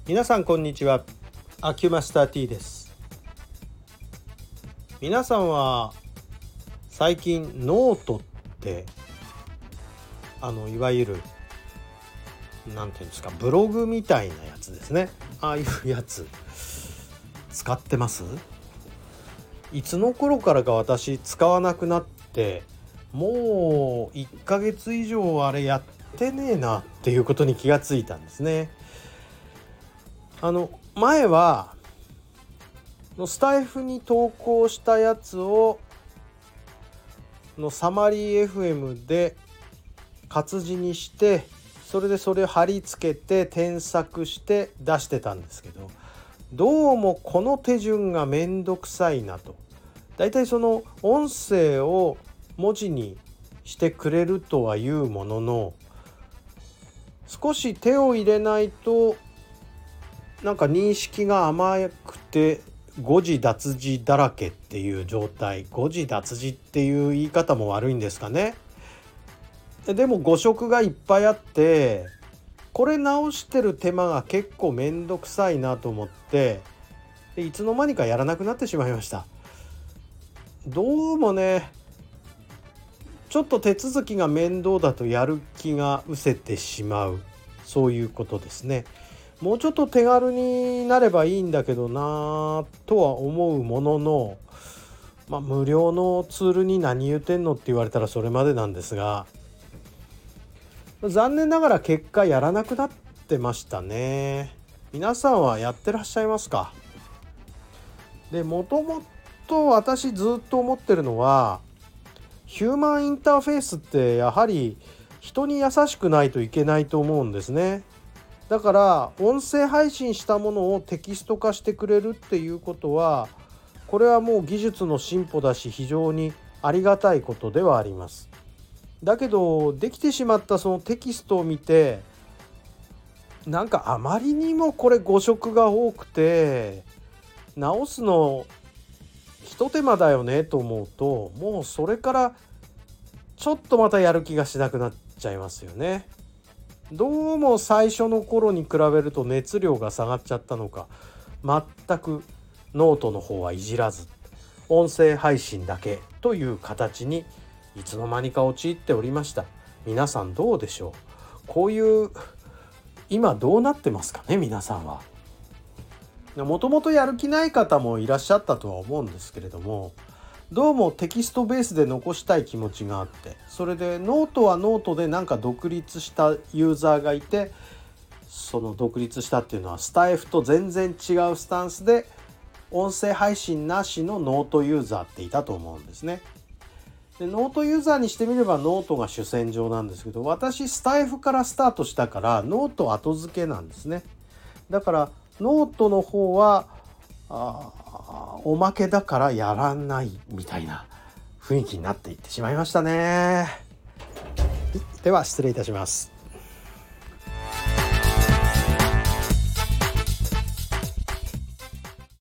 皆さんこんにちは。アキュマスター T です。皆さんは最近ノートっていわゆるなんていうんですか、ブログみたいなやつですね。ああいうやつ使ってます？いつの頃からか私使わなくなって、もう1ヶ月以上あれやってねえなっていうことに気がついたんですね。前はスタイフに投稿したやつをサマリー FM で活字にして、それを貼り付けて添削して出してたんですけど、どうもこの手順がめんどくさいなと。だいたいその音声を文字にしてくれるとはいうものの、少し手を入れないとなんか認識が甘くて誤字脱字だらけっていう状態。誤字脱字っていう言い方も悪いんですかね。でも誤色がいっぱいあって、これ直してる手間が結構めんどくさいなと思って、いつの間にかやらなくなってしまいました。どうもね、ちょっと手続きが面倒だとやる気が失せてしまう、そういうことですね。もうちょっと手軽になればいいんだけどなとは思うものの、無料のツールに何言ってんのって言われたらそれまでなんですが、残念ながら結果やらなくなってましたね。皆さんはやってらっしゃいますか？で、もともと私ずっと思ってるのは、ヒューマンインターフェースってやはり人に優しくないといけないと思うんですね。だから音声配信したものをテキスト化してくれるっていうことは、これはもう技術の進歩だし、非常にありがたいことではあります。だけどできてしまったそのテキストを見て、なんかあまりにもこれ誤色が多くて直すの一手間だよねと思うと、もうそれからちょっとまたやる気がしなくなっちゃいますよね。どうも最初の頃に比べると熱量が下がっちゃったのか、全くノートの方はいじらず、音声配信だけという形にいつの間にか陥っておりました。皆さんどうでしょう？こういう今どうなってますかね、皆さんは。もともとやる気ない方もいらっしゃったとは思うんですけれども、どうもテキストベースで残したい気持ちがあって、それでノートはノートでなんか独立したユーザーがいて、その独立したっていうのはスタイフと全然違うスタンスで音声配信なしのノートユーザーっていたと思うんですね。で、ノートユーザーにしてみればノートが主戦場なんですけど、私スタイフからスタートしたからノート後付けなんですね。だからノートの方はおまけだからやらないみたいな雰囲気になっていってしまいましたね。では失礼いたします。